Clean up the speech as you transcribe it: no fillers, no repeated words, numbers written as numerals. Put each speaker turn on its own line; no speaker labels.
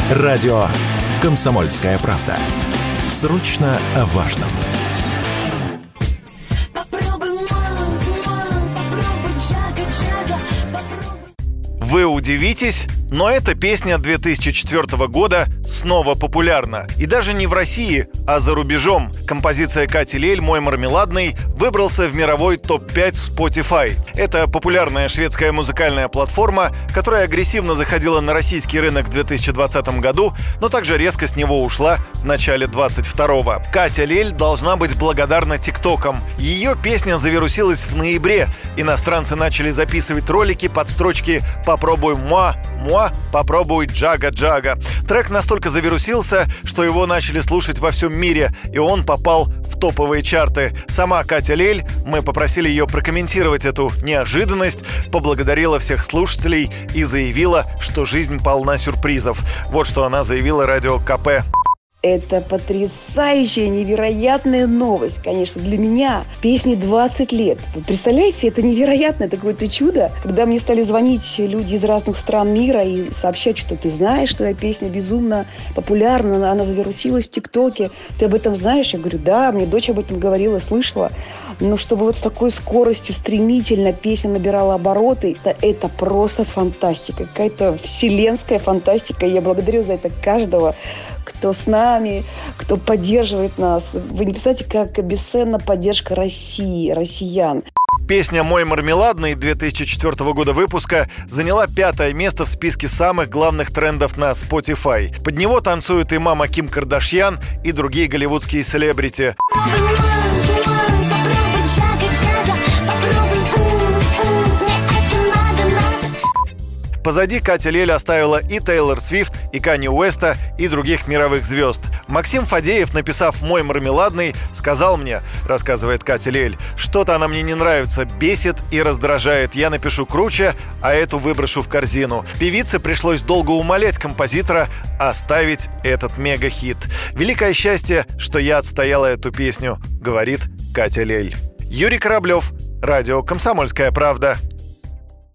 Радио «Комсомольская правда». Срочно о важном.
Вы удивитесь, но эта песня 2004 года снова популярна. И даже не в России, а за рубежом. Композиция Кати Лель «Мой мармеладный» выбрался в мировой топ-5 Spotify. Это популярная шведская музыкальная платформа, которая агрессивно заходила на российский рынок в 2020 году, но также резко с него ушла в начале 22-го. Катя Лель должна быть благодарна ТикТокам. Ее песня завирусилась в ноябре. Иностранцы начали записывать ролики под строчки «Попробуй муа, муа, попробуй джага-джага». Трек настолько завирусился, что его начали слушать во всем мире, и он попал в топовые чарты. Сама Катя Лель, мы попросили ее прокомментировать эту неожиданность, поблагодарила всех слушателей и заявила, что жизнь полна сюрпризов. Вот что она заявила радио КП.
Это потрясающая, невероятная новость, конечно, для меня. Песне 20 лет. Представляете, это невероятное какое-то чудо. Когда мне стали звонить люди из разных стран мира и сообщать, что ты знаешь, что эта песня безумно популярна, она завирусилась в ТикТоке. Ты об этом знаешь? Я говорю, да, мне дочь об этом говорила, слышала. Но чтобы вот с такой скоростью стремительно песня набирала обороты, это просто фантастика. Какая-то вселенская фантастика. Я благодарю за это каждого, кто с нами, кто поддерживает нас. Вы не представляете, как бесценна поддержка России, россиян.
Песня «Мой мармеладный» 2004 года выпуска заняла 5-е место в списке самых главных трендов на Spotify. Под него танцуют и мама Ким Кардашьян, и другие голливудские селебрити. Позади Катя Лель оставила и Тейлор Свифт, и Канье Уэста, и других мировых звезд. Максим Фадеев, написав «Мой мармеладный», сказал мне, рассказывает Катя Лель, что-то она мне не нравится, бесит и раздражает. Я напишу круче, а эту выброшу в корзину. Певице пришлось долго умолять композитора оставить этот мега-хит. Великое счастье, что я отстояла эту песню, говорит Катя Лель. Юрий Кораблев, радио «Комсомольская правда».